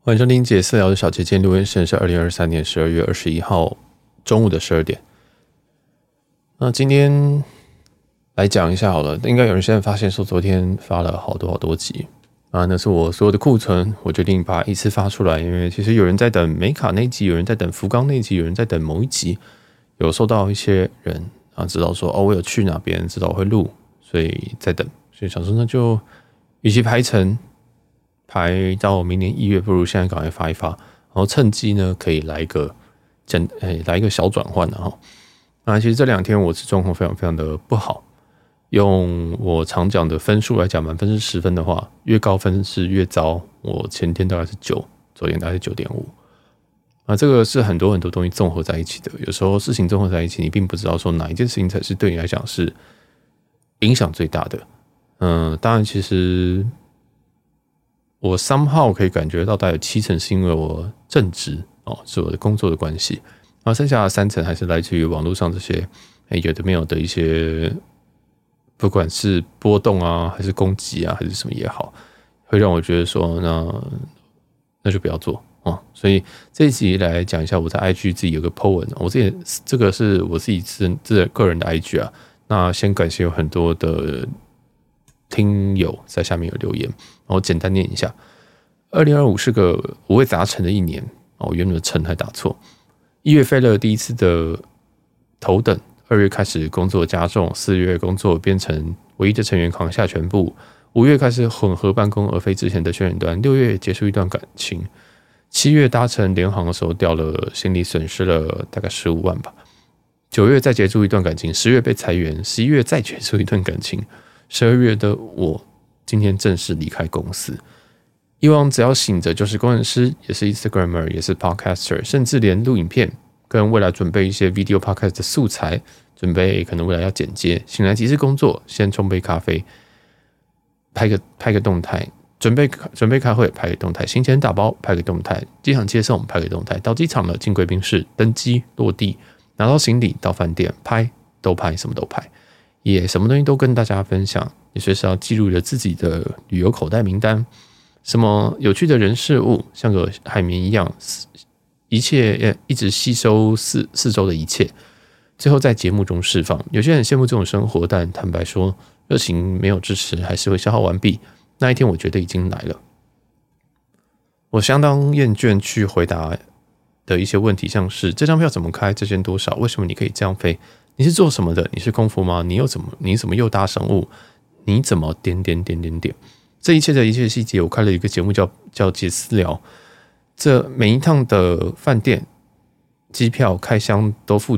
欢迎收听杰私聊的小姐，今天录音时间是2023年12月21号中午的12点。那今天来讲一下好了，应该有人现在发现说昨天发了好多集啊，那是我所有的库存，我决定把它一次发出来，因为其实有人在等美卡那一集，有人在等福冈那一集，有人在等某一集，有收到一些人啊知道说我有去哪边，知道我会录，所以在等，所以想说那就与其排到明年1月，不如现在赶快发一发，然后趁机呢可以来一个小转换哈。那其实这2天我是状况非常的不好，用我常讲的分数来讲，满分是10分的话，越高分是越糟。我前天大概是9，昨天大概是9.5。那这个是很多东西综合在一起的，有时候事情综合在一起，你并不知道说哪一件事情才是对你来讲是影响最大的。当然其实我somehow可以感觉到大概有70%是因为我正职是我的工作的关系，然后剩下的3成还是来自于网络上这些有的没有的一些，不管是波动啊，还是攻击啊，还是什么也好，会让我觉得说那就不要做所以这一集来讲一下我在 IG 自己有个 po 文，我自己这个是我自己个人的 IG 啊。那先感谢有很多的听友在下面有留言，然后简单念一下。2025是个五味杂陈的一年我原本的陈还打错。1月飞了第一次的头等，2月开始工作加重，4月工作变成唯一的成员扛下全部，5月开始混合办公而非之前的宣传端，6月结束一段感情，7月搭乘联航的时候掉了，心理损失了大概15万吧，9月再结束一段感情，10月被裁员，11月再结束一段感情，12月的我今天正式离开公司。以往只要醒着就是工程师，也是 Instagrammer， 也是 Podcaster， 甚至连录影片跟未来准备一些 Video Podcast 的素材，准备可能未来要剪接，醒来即是工作，先冲杯咖啡，拍个动态，准备开会，拍个动态，行前打包，拍个动态，机场接送，拍个动态，到机场了，进贵宾室，登机落地，拿到行李，到饭店，都拍，什么都拍，也什么东西都跟大家分享，也随时要记录着自己的旅游口袋名单，什么有趣的人事物，像个海绵一样，一切一直吸收四周的一切，最后在节目中释放。有些人羡慕这种生活，但坦白说，热情没有支持，还是会消耗完毕。那一天，我觉得已经来了。我相当厌倦去回答的一些问题，像是这张票怎么开，这件多少，为什么你可以这样飞，你是做什么的，你是空服吗？你怎么又搭生物？你怎么点。这一切的一切细节，我开了一个节目叫杰私聊。这每一趟的饭店、机票、开箱都附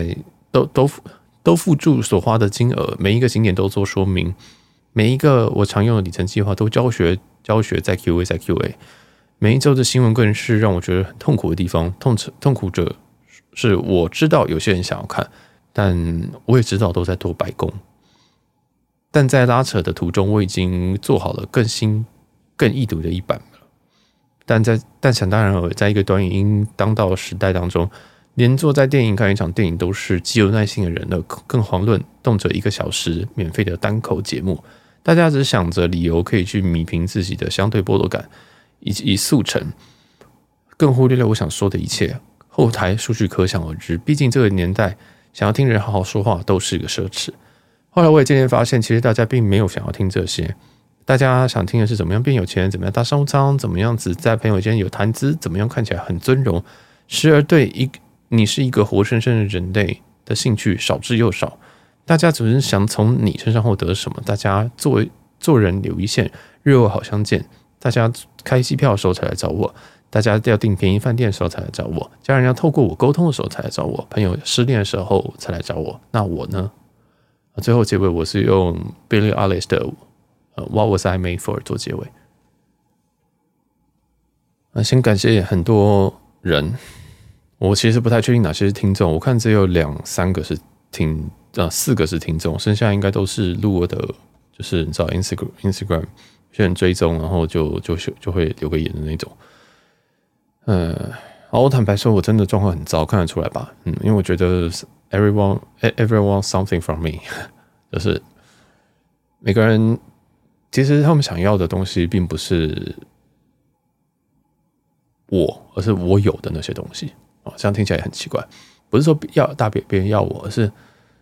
注所花的金额，每一个景点都做说明，每一个我常用的里程计划都教学再 QA。每一周的新闻更是让我觉得很痛苦的地方，痛苦者是我知道有些人想要看，但我也知道都在多白工。但在拉扯的途中，我已经做好了更新、更易读的一版了。但想当然尔，在一个短影音当道的时代当中，连坐在电影看一场电影都是极有耐心的人了，更遑论动辄1个小时免费的单口节目。大家只想着理由可以去弭平自己的相对剥夺感以及速成，更忽略了我想说的一切。后台数据可想而知，毕竟这个年代想要听人好好说话都是一个奢侈。后来我也渐渐发现，其实大家并没有想要听这些，大家想听的是怎么样变有钱，怎么样搭商务舱，怎么样子在朋友间有谈资，怎么样看起来很尊荣，时而对你是一个活生生的人类的兴趣少之又少。大家只是想从你身上获得什么，大家做人留一线，日后好相见。大家开机票的时候才来找我，大家要订便宜饭店的时候才来找我，家人要透过我沟通的时候才来找我，朋友失恋的时候才来找我，那我呢？最后结尾我是用 Billie Eilish 的What Was I Made For 做结尾。先感谢很多人，我其实不太确定哪些是听众，我看只有2-3个是4个是听众，剩下应该都是录我的，就是你知道 Instagram 有些人追踪，然后就会留个言的那种。好，我坦白说，我真的状况很糟，看得出来吧？因为我觉得 everyone something from me， 就是每个人其实他们想要的东西并不是而是我有的那些东西这样听起来也很奇怪，不是说要别人要我，而是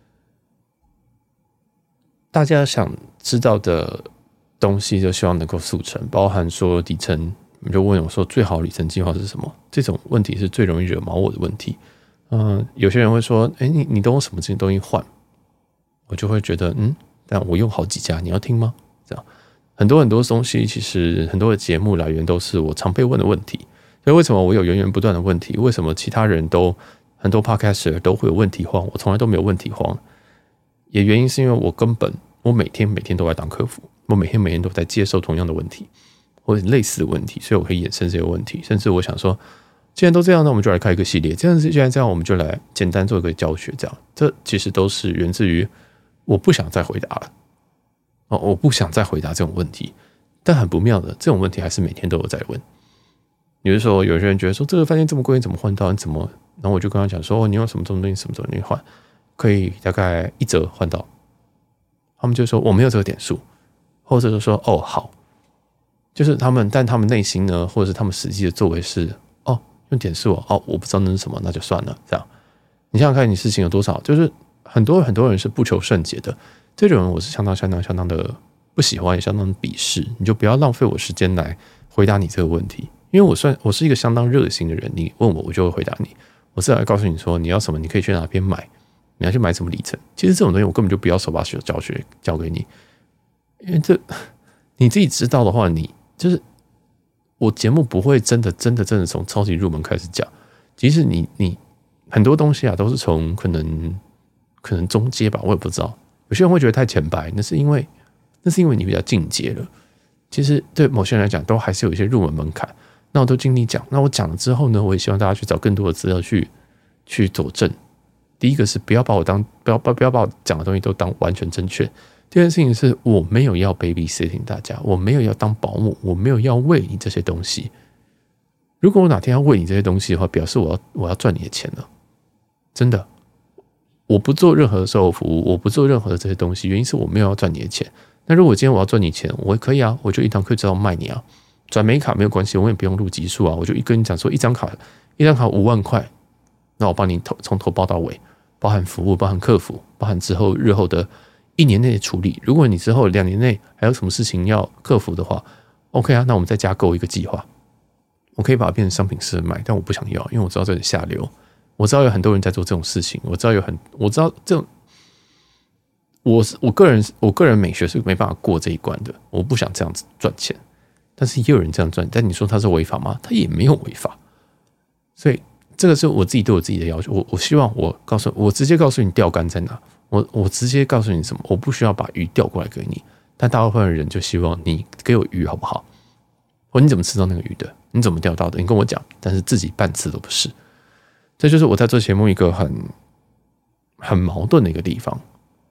大家想知道的东西就希望能够速成，包含说里程，你就问我说最好里程计划是什么？这种问题是最容易惹毛我的问题。有些人会说，你都用什么这些东西换？我就会觉得，但我用好几家，你要听吗？这样很多东西，其实很多的节目来源都是我常被问的问题。所以为什么我有源源不断的问题？为什么其他人都很多 podcaster 都会有问题荒，我从来都没有问题荒？也原因是因为我每天都在当客服，我每天都在接受同样的问题或者类似的问题，所以我可以衍生这些问题。甚至我想说，既然都这样，那我们就来开一个系列。既然这样，我们就来简单做一个教学。这其实都是源自于我不想再回答了我不想再回答这种问题。但很不妙的，这种问题还是每天都有在问。比如说，有些人觉得说这个饭店这么贵，你怎么换到？你怎么？然后我就跟他讲说，你用什么东西换，可以大概1折换到。他们就说我没有这个点数，或者就说好，就是但他们内心呢，或者是他们实际的作为是用点数我不知道那是什么，那就算了。这样，你想想看，你事情有多少？就是很多人是不求甚解的，这种人我是相当的不喜欢，也相当的鄙视。你就不要浪费我时间来回答你这个问题，因为我是一个相当热心的人，你问我就会回答你。我是来告诉你说你要什么，你可以去哪边买。你要去买什么里程？其实这种东西我根本就不要手把手教学教给你，因为你自己知道的话，你就是我节目不会真的从超级入门开始讲。即使你很多东西都是从可能中阶吧，我也不知道。有些人会觉得太浅白，那是因为你比较进阶了。其实对某些人来讲，都还是有一些入门门槛。那我都尽力讲。那我讲了之后呢，我也希望大家去找更多的资料去佐证。第一个是不要把我讲的东西都当完全正确。第二件事情是我没有要 babysitting 大家，我没有要当保姆，我没有要喂你这些东西。如果我哪天要喂你这些东西的话，表示我要赚你的钱了。真的，我不做任何的售后服务，我不做任何的这些东西，原因是我没有要赚你的钱。那如果今天我要赚你钱，我也可以我就一堂课知道卖你转美卡没有关系，我也不用录集数我就跟你讲说一张卡5万块，那我帮你从头包到尾。包含服务，包含客服，包含日后的1年内的处理。如果你之后2年内还有什么事情要克服的话 ，OK 那我们再加购一个计划。我可以把它变成商品式卖，但我不想要，因为我知道这很下流。我知道有很多人在做这种事情，我知道这种，我个人美学是没办法过这一关的，我不想这样子赚钱。但是也有人这样赚，但你说他是违法吗？他也没有违法，所以。这个是我自己对我自己的要求，我希望我直接告诉你钓竿在哪，我直接告诉你什么，我不需要把鱼钓过来给你，但大部分的人就希望你给我鱼好不好？或你怎么吃到那个鱼的？你怎么钓到的？你跟我讲，但是自己半次都不是，这就是我在做节目一个很矛盾的一个地方。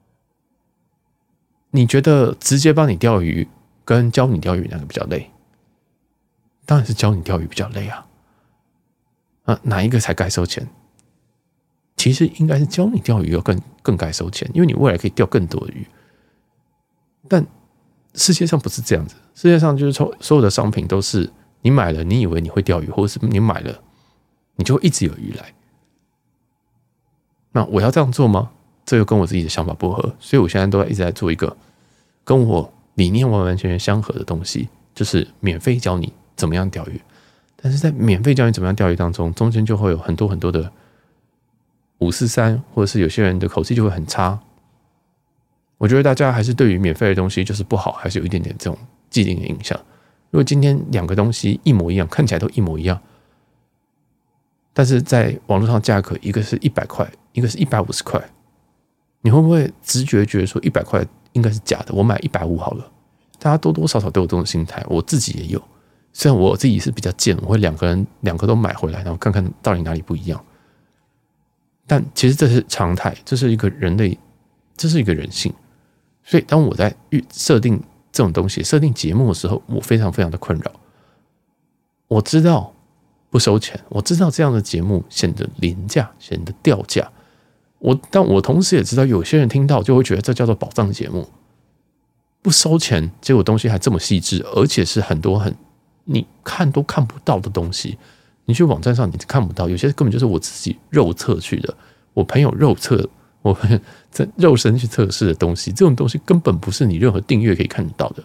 你觉得直接帮你钓鱼跟教你钓鱼哪个比较累？当然是教你钓鱼比较累哪一个才该收钱？其实应该是教你钓鱼要更该收钱，因为你未来可以钓更多的鱼。但世界上不是这样子，世界上就是所有的商品都是你买了，你以为你会钓鱼，或者是你买了，你就会一直有鱼来。那我要这样做吗？这又跟我自己的想法不合，所以我现在都一直在做一个跟我理念完完全全相合的东西，就是免费教你怎么样钓鱼。但是在免费教你怎么样钓鱼当中，中间就会有很多的543，或者是有些人的口气就会很差。我觉得大家还是对于免费的东西就是不好，还是有一点点这种既定的印象。如果今天2个东西一模一样，看起来都一模一样，但是在网络上价格一个是100块，一个是150块，你会不会直觉觉得说100块应该是假的？我买150好了。大家多多少少都有这种心态，我自己也有。虽然我自己是比较贱，我会2个都买回来，然后看看到底哪里不一样。但其实这是常态，这是一个人类，这是一个人性。所以当我在设定这种东西、设定节目的时候，我非常非常的困扰。我知道不收钱，我知道这样的节目显得廉价，显得掉价。但我同时也知道，有些人听到就会觉得这叫做宝藏节目，不收钱，结果东西还这么细致，而且是很多你看都看不到的东西， 你去网站上你看不到，有些根本就是我自己肉测去的，我朋友肉测，我在肉身去测试的东西，这种东西根本不是你任何订阅可以看得到的。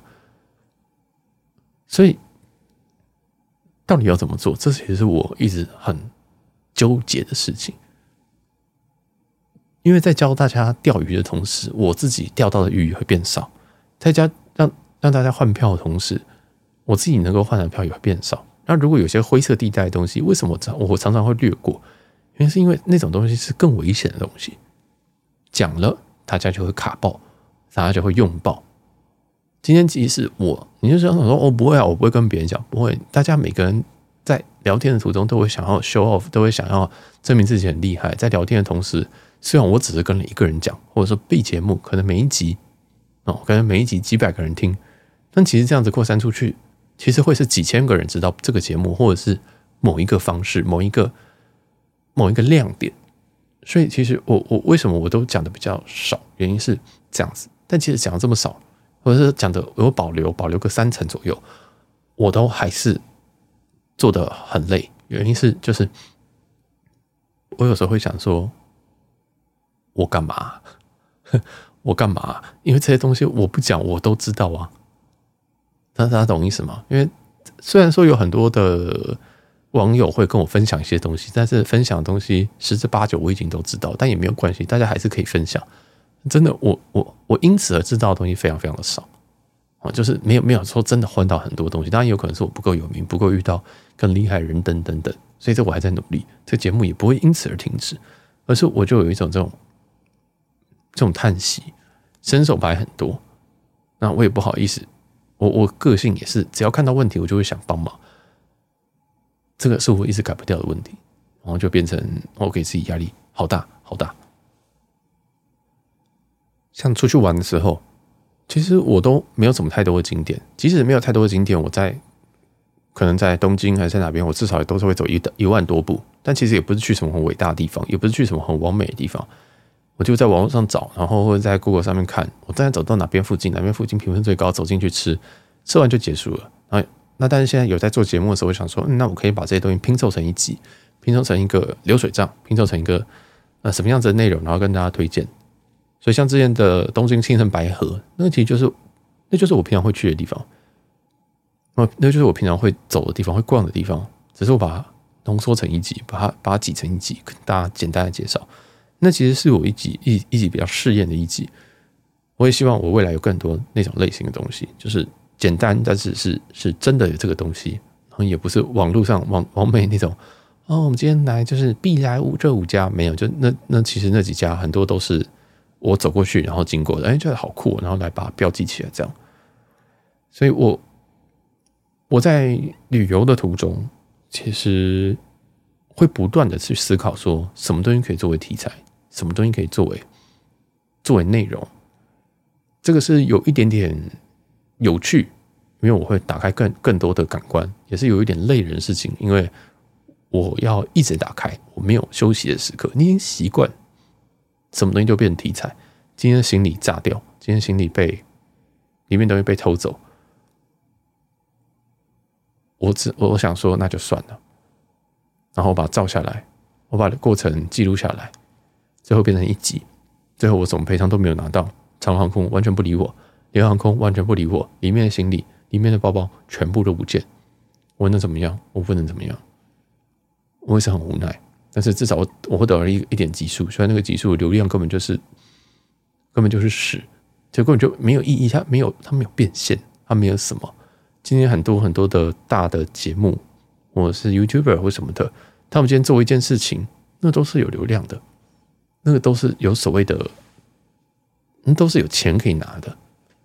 所以到底要怎么做？这其实是我一直很纠结的事情。因为在教大家钓鱼的同时，我自己钓到的鱼会变少；在教让大家换票的同时，我自己能够换的票也会变少。那如果有些灰色地带的东西，为什么我常常会略过？原因是因为那种东西是更危险的东西，讲了大家就会卡爆，大家就会用爆。今天即使你就想说不会啊，我不会跟别人讲，不会。大家每个人在聊天的途中都会想要 show off， 都会想要证明自己很厉害。在聊天的同时，虽然我只是跟了一个人讲，或者说 B 节目可能每一集可能每一集几百个人听，但其实这样子扩散出去，其实会是几千个人知道这个节目，或者是某一个方式，某一个亮点。所以其实我为什么我都讲的比较少，原因是这样子。但其实讲的这么少，或者是讲的有保留个30%左右，我都还是做得很累。原因是就是我有时候会想说，我干嘛？我干嘛？因为这些东西我不讲我都知道啊。大家懂意思吗？因为虽然说有很多的网友会跟我分享一些东西，但是分享的东西10之8九我已经都知道，但也没有关系，大家还是可以分享。真的，我因此而知道的东西非常非常的少，就是没有说真的换到很多东西。当然有可能是我不够有名，不够遇到更厉害的人等等等，所以这我还在努力，这个节目也不会因此而停止，而是我就有一种这种叹息，伸手牌很多，那我也不好意思，我个性也是，只要看到问题我就会想帮忙，这个是我一直改不掉的问题，然后就变成我给自己压力好大好大。像出去玩的时候，其实我都没有什么太多的景点，即使没有太多的景点，我可能在东京还是在哪边，我至少也都是会走1万多步，但其实也不是去什么很伟大的地方，也不是去什么很完美的地方，我就在网络上找，然后或者在 Google 上面看，我大概走到哪边附近评分最高，走进去吃完就结束了。那但是现在有在做节目的时候，我想说，那我可以把这些东西拼凑成一集，拼凑成一个流水账，拼凑成一个什么样子的内容，然后跟大家推荐。所以像之前的东京青城白河，那其实就是我平常会去的地方，那就是我平常会走的地方，会逛的地方，只是我把它浓缩成一集，把它挤成一集，跟大家简单的介绍。那其实是我一集比较试验的一集。我也希望我未来有更多那种类型的东西，就是简单，但是是真的有这个东西，然后也不是网络上网美那种我们今天来就是必来这5家，没有，就那其实那几家很多都是我走过去然后经过的，觉得好酷，然后来把它标记起来这样。所以我在旅游的途中，其实会不断的去思考说，什么东西可以作为题材，什么东西可以作为内容。这个是有一点点有趣，因为我会打开更多的感官，也是有一点累人的事情，因为我要一直打开，我没有休息的时刻。你已经习惯什么东西就变成题材，今天行李炸掉，今天行李里面东西被偷走，我想说那就算了，然后我把它照下来，我把过程记录下来，最后变成一集，最后我什么赔偿都没有拿到，长航空完全不理我，联合航空完全不理我，里面的行李、里面的包包全部都不见，我能怎么样？我不能怎么样，我也是很无奈。但是至少我获得了一点集数，虽然那个集数流量根本就是屎，就根本就没有意义，它没有变现，它没有什么。今天很多很多的大的节目，或者是 YouTuber 或什么的，他们今天做一件事情，那都是有流量的，那个都是有所谓的，都是有钱可以拿的。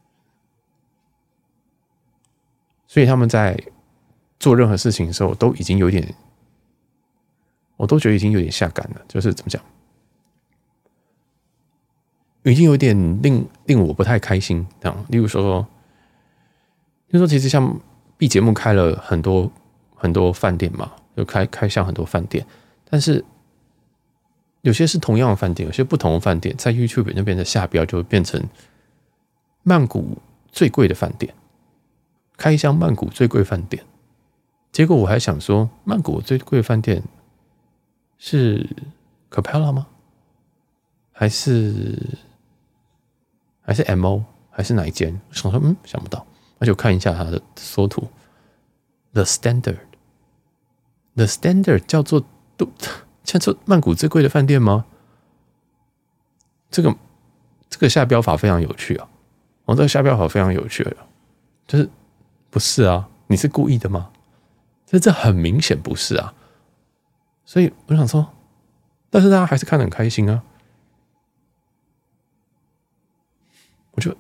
所以他们在做任何事情的时候，都已经有点，我都觉得已经有点下感了，就是怎么讲，已经有点令我不太开心。这样，例如说，其实像 B 节目开了很多很多饭店嘛，就开箱很多饭店，但是有些是同样的饭店，有些不同的饭店，在 YouTube 那边的下标就会变成曼谷最贵的饭店，开箱曼谷最贵饭店， 结果我还想说，曼谷最贵的饭店是 Capella 吗？还是 MO？ 还是哪一间？我想说，想不到。那就看一下它的缩图 ，The Standard。The Standard 叫做曼谷最贵的饭店吗？这个下标法非常有趣啊！这个下标法非常有趣，就是不是啊？你是故意的吗？这很明显不是啊！所以我想说，但是大家还是看得很开心啊！我就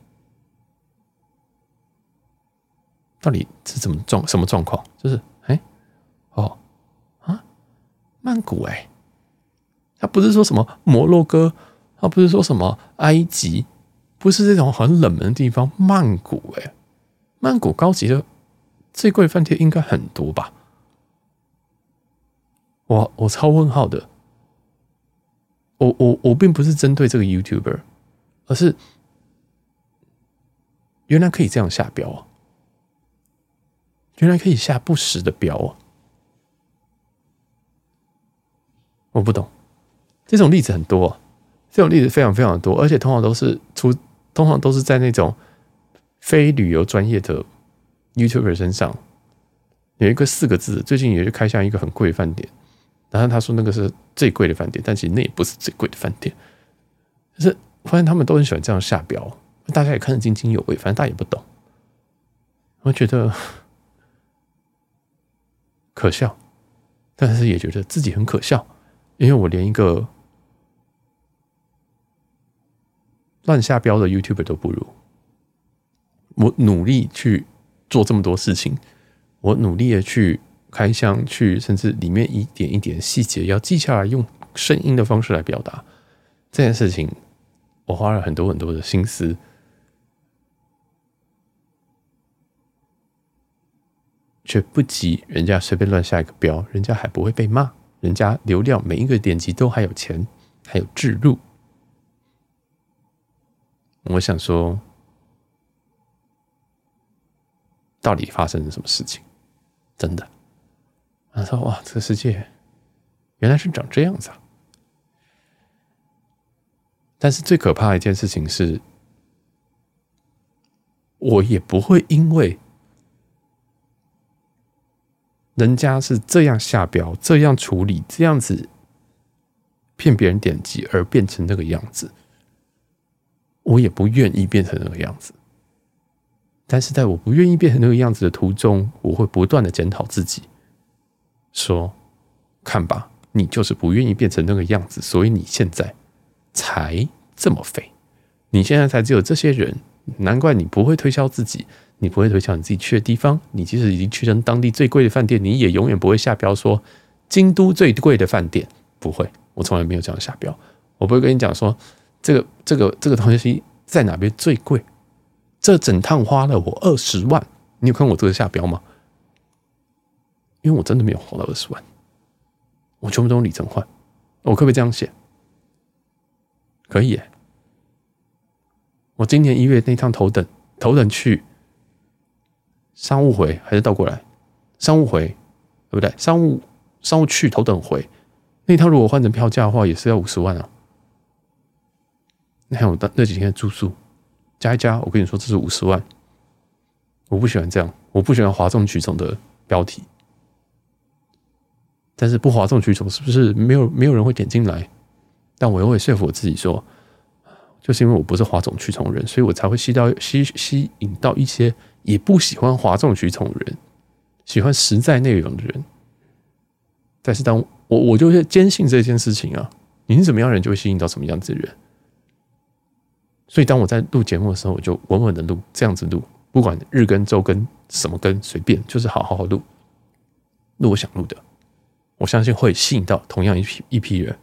到底是什么状况？就是曼谷他不是说什么摩洛哥，他不是说什么埃及，不是这种很冷门的地方。曼谷曼谷高级的最贵饭店应该很多吧？我超问号的。我并不是针对这个 YouTuber， 而是原来可以这样下标啊！原来可以下不实的标啊！我不懂，这种例子很多啊，这种例子非常非常多，而且通常都是在那种非旅游专业的 YouTuber 身上。有一个4个字，最近也是开箱一个很贵的饭店，然后他说那个是最贵的饭店，但其实那也不是最贵的饭店。就是我发现他们都很喜欢这样下标，大家也看得津津有味，反正大家也不懂，我觉得可笑，但是也觉得自己很可笑，因为我连一个乱下标的 YouTuber 都不如。我努力去做这么多事情，我努力的去开箱，去甚至里面一点一点细节要记下来，用声音的方式来表达这件事情，我花了很多很多的心思，却不及人家随便乱下一个标，人家还不会被骂，人家流量每一个点击都还有钱，还有置入。我想说，到底发生了什么事情？真的，他说：“哇，这个世界原来是长这样子啊！”但是最可怕的一件事情是，我也不会因为人家是这样下标、这样处理、这样子骗别人点击而变成那个样子。我也不愿意变成那个样子。但是在我不愿意变成那个样子的途中，我会不断的检讨自己，说：“看吧，你就是不愿意变成那个样子，所以你现在才这么废。你现在才只有这些人，难怪你不会推销自己，你不会推销你自己去的地方。你即使已经去成当地最贵的饭店，你也永远不会下标说京都最贵的饭店，不会，我从来没有这样下标。我不会跟你讲说这个东西在哪边最贵。”这整趟花了我20万，你有看我这个下标吗？因为我真的没有花到20万，我全部都用里程换。我可不可以这样写？可以耶。我今年1月那趟头等去商务回还是倒过来？商务回对不对？商务去头等回那趟，如果换成票价的话，也是要50万啊。那还有那几天的住宿。加一加，我跟你说，这是50万。我不喜欢这样，我不喜欢哗众取宠的标题。但是不哗众取宠，是不是没有人会点进来？但我又会说服我自己说，就是因为我不是哗众取宠的人，所以我才会吸引到一些也不喜欢哗众取宠的人，喜欢实在内容的人。但是当我就会坚信这件事情啊，你是怎么样的人，就会吸引到什么样子的人。所以当我在录节目的时候，我就稳稳的录，这样子录，不管日更、周更、什么更，随便，就是好好录我想录的。我相信会吸引到同样一批人。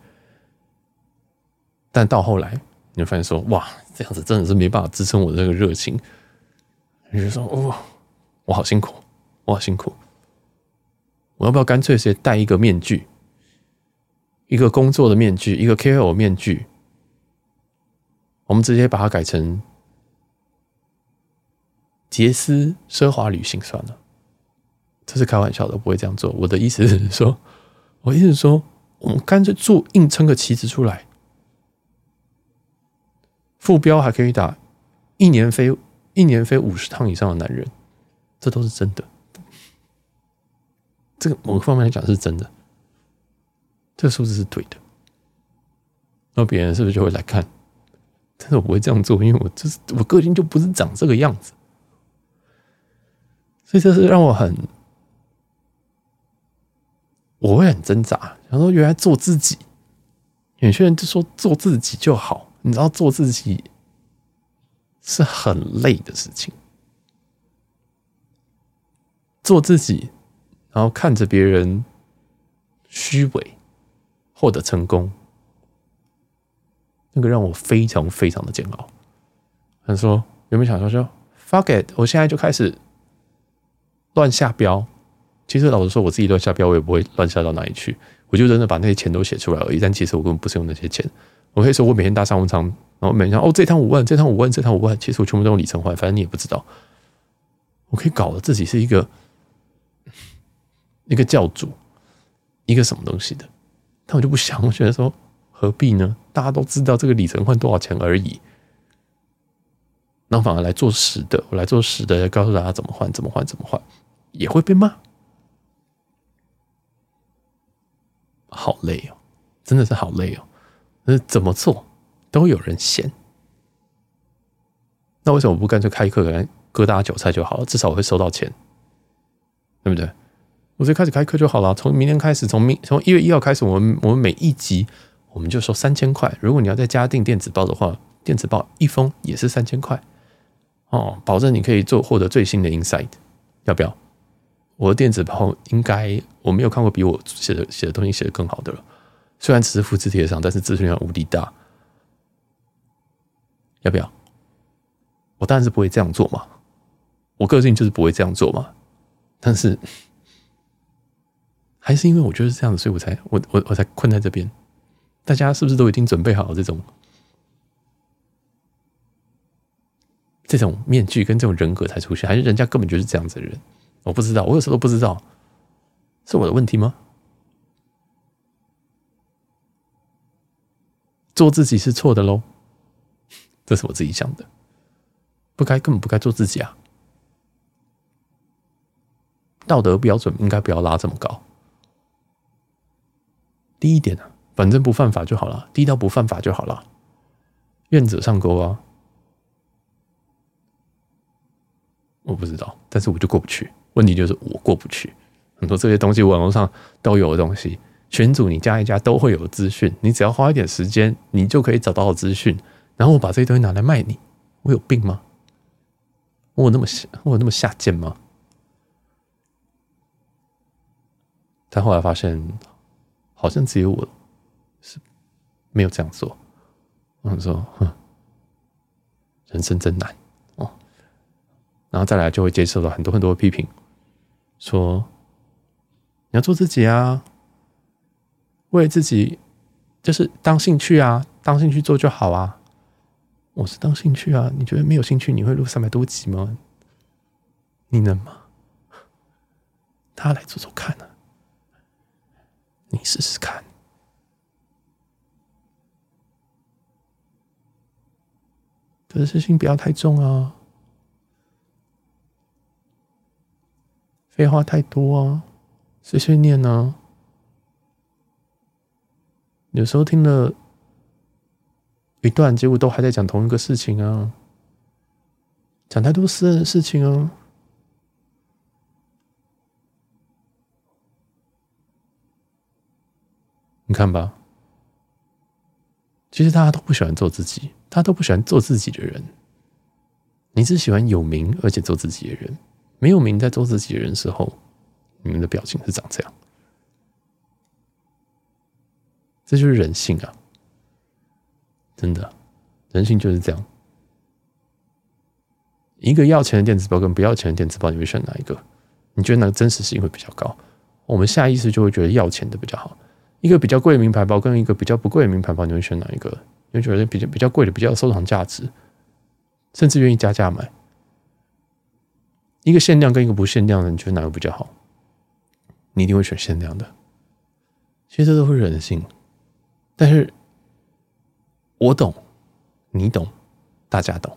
但到后来，你会发现说，哇，这样子真的是没办法支撑我的这个热情。你就说，我好辛苦，我好辛苦。我要不要干脆直接戴一个面具，一个工作的面具，一个 KOL 面具？我们直接把它改成杰斯奢华旅行算了。 这是开玩笑的，我不会这样做。我的意思是说，我们干脆硬撑个旗子出来，副标还可以打一年飞50趟以上的男人，这都是真的。这个某个方面来讲是真的，这个数字是对的。那别人是不是就会来看？但是我不会这样做，因为我个性就不是长这个样子，所以这是让我会很挣扎。想说原来做自己，有些人就说做自己就好，你知道做自己是很累的事情。做自己，然后看着别人虚伪获得成功，那个让我非常非常的煎熬。他说有没有想说 fuck it， 我现在就开始乱下标。其实老实说，我自己乱下标，我也不会乱下到哪里去，我就真的把那些钱都写出来而已。但其实我根本不是用那些钱。我可以说我每天搭商务舱，然后每天这趟5万，这趟5万，这趟5万，其实我全部都用里程换，反正你也不知道。我可以搞得自己是一个教主，一个什么东西的，但我就不想，我觉得说何必呢？大家都知道这个里程换多少钱而已，然后反而来做实的，我来做实的，告诉大家怎么换，也会被骂，好累哦，真的是好累哦。但是怎么做都有人嫌，那为什么不干脆开课给割大家韭菜就好了？至少我会收到钱，对不对？我直接开始开课就好了。从明天开始，从1月1号开始，我们每一集我们就收3000块。如果你要再加订电子报的话，电子报1封也是3000块哦，保证你可以获得最新的 insight， 要不要？我的电子报应该我没有看过比我写的东西写得更好的了。虽然只是复制贴上，但是资讯量无敌大，要不要？我当然是不会这样做嘛，我个性就是不会这样做嘛。但是还是因为我就是这样子，所以我才困在这边。大家是不是都已经准备好这种面具跟这种人格才出现，还是人家根本就是这样子的人？我不知道，我有时候都不知道，是我的问题吗？做自己是错的咯，这是我自己想的，根本不该做自己啊！道德标准应该不要拉这么高。低一点啊，反正不犯法就好了，低到不犯法就好了，愿者上钩啊！我不知道，但是我就过不去。问题就是我过不去。很多这些东西网络上都有的东西，群组你加一加都会有资讯，你只要花一点时间，你就可以找到资讯。然后我把这些东西拿来卖你，我有病吗？我有那么下贱吗？但后来发现，好像只有我是没有这样做。我想说，人生真难哦。然后再来就会接受到很多的批评，说你要做自己啊，为自己就是当兴趣啊，当兴趣做就好啊。我是当兴趣啊，你觉得没有兴趣你会录300多集吗？你能吗？他来做做看啊，你试试看。得失心不要太重啊，废话太多啊，碎碎念啊。有时候听了一段，结果都还在讲同一个事情啊，讲太多私人的事情啊。你看吧，其实大家都不喜欢做自己，大家都不喜欢做自己的人。你只喜欢有名而且做自己的人，没有名在做自己的人的时候，你们的表情是长这样。这就是人性啊，真的，人性就是这样。一个要钱的电子报跟不要钱的电子报，你会选哪一个？你觉得哪个真实性会比较高？我们下意识就会觉得要钱的比较好。一个比较贵的名牌包跟一个比较不贵的名牌包，你会选哪一个？你会觉得比较贵的比较有收藏价值，甚至愿意加价买。一个限量跟一个不限量的，你觉得哪个比较好？ 你一定会选限量的。其实这都是人性，但是我懂，你懂，大家懂。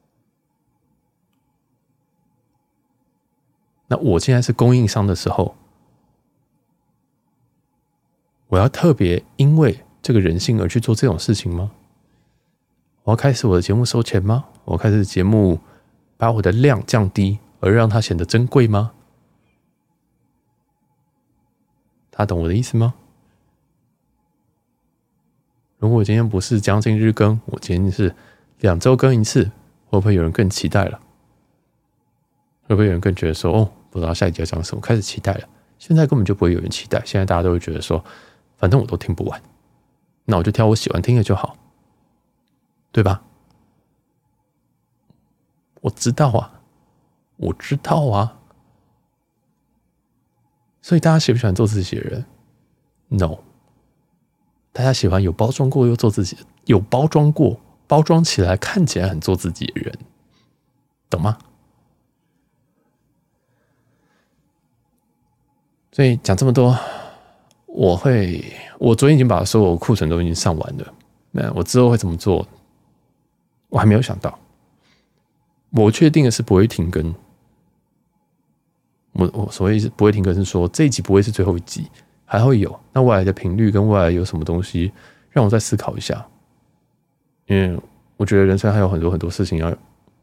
那我现在是供应商的时候，我要特别因为这个人性而去做这种事情吗？我要开始我的节目收钱吗？我要开始节目把我的量降低，而让它显得珍贵吗？他懂我的意思吗？如果我今天不是将近日更，我今天是2周更一次，会不会有人更期待了？会不会有人更觉得说，哦，不知道下一集要讲什么，开始期待了？现在根本就不会有人期待，现在大家都会觉得说，反正我都听不完，那我就挑我喜欢听的就好，对吧？我知道啊，我知道啊。所以大家喜不喜欢做自己的人 ？No。大家喜欢有包装过又做自己，有包装过、包装起来看起来很做自己的人，懂吗？所以讲这么多，我昨天已经把所有库存都已经上完了。那我之后会怎么做？我还没有想到。我确定的是不会停更。我所谓不会停更是说这一集不会是最后一集，还会有。那未来的频率跟未来有什么东西，让我再思考一下。因为我觉得人生还有很多很多事情要。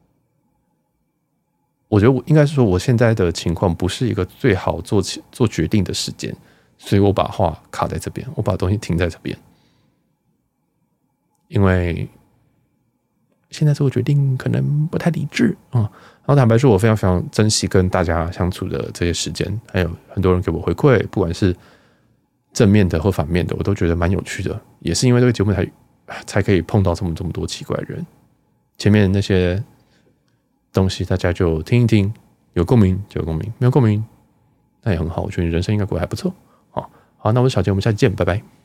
我觉得我应该是说，我现在的情况不是一个最好做决定的时间，所以我把话卡在这边，我把东西停在这边，因为现在做决定可能不太理智啊。然后坦白说，我非常非常珍惜跟大家相处的这些时间，还有很多人给我回馈，不管是正面的或反面的，我都觉得蛮有趣的。也是因为这个节目才可以碰到这么多奇怪的人。前面那些东西大家就听一听，有共鸣就有共鸣，没有共鸣那也很好。我觉得你人生应该过得还不错。好，那我是小杰，我们下期见，拜拜。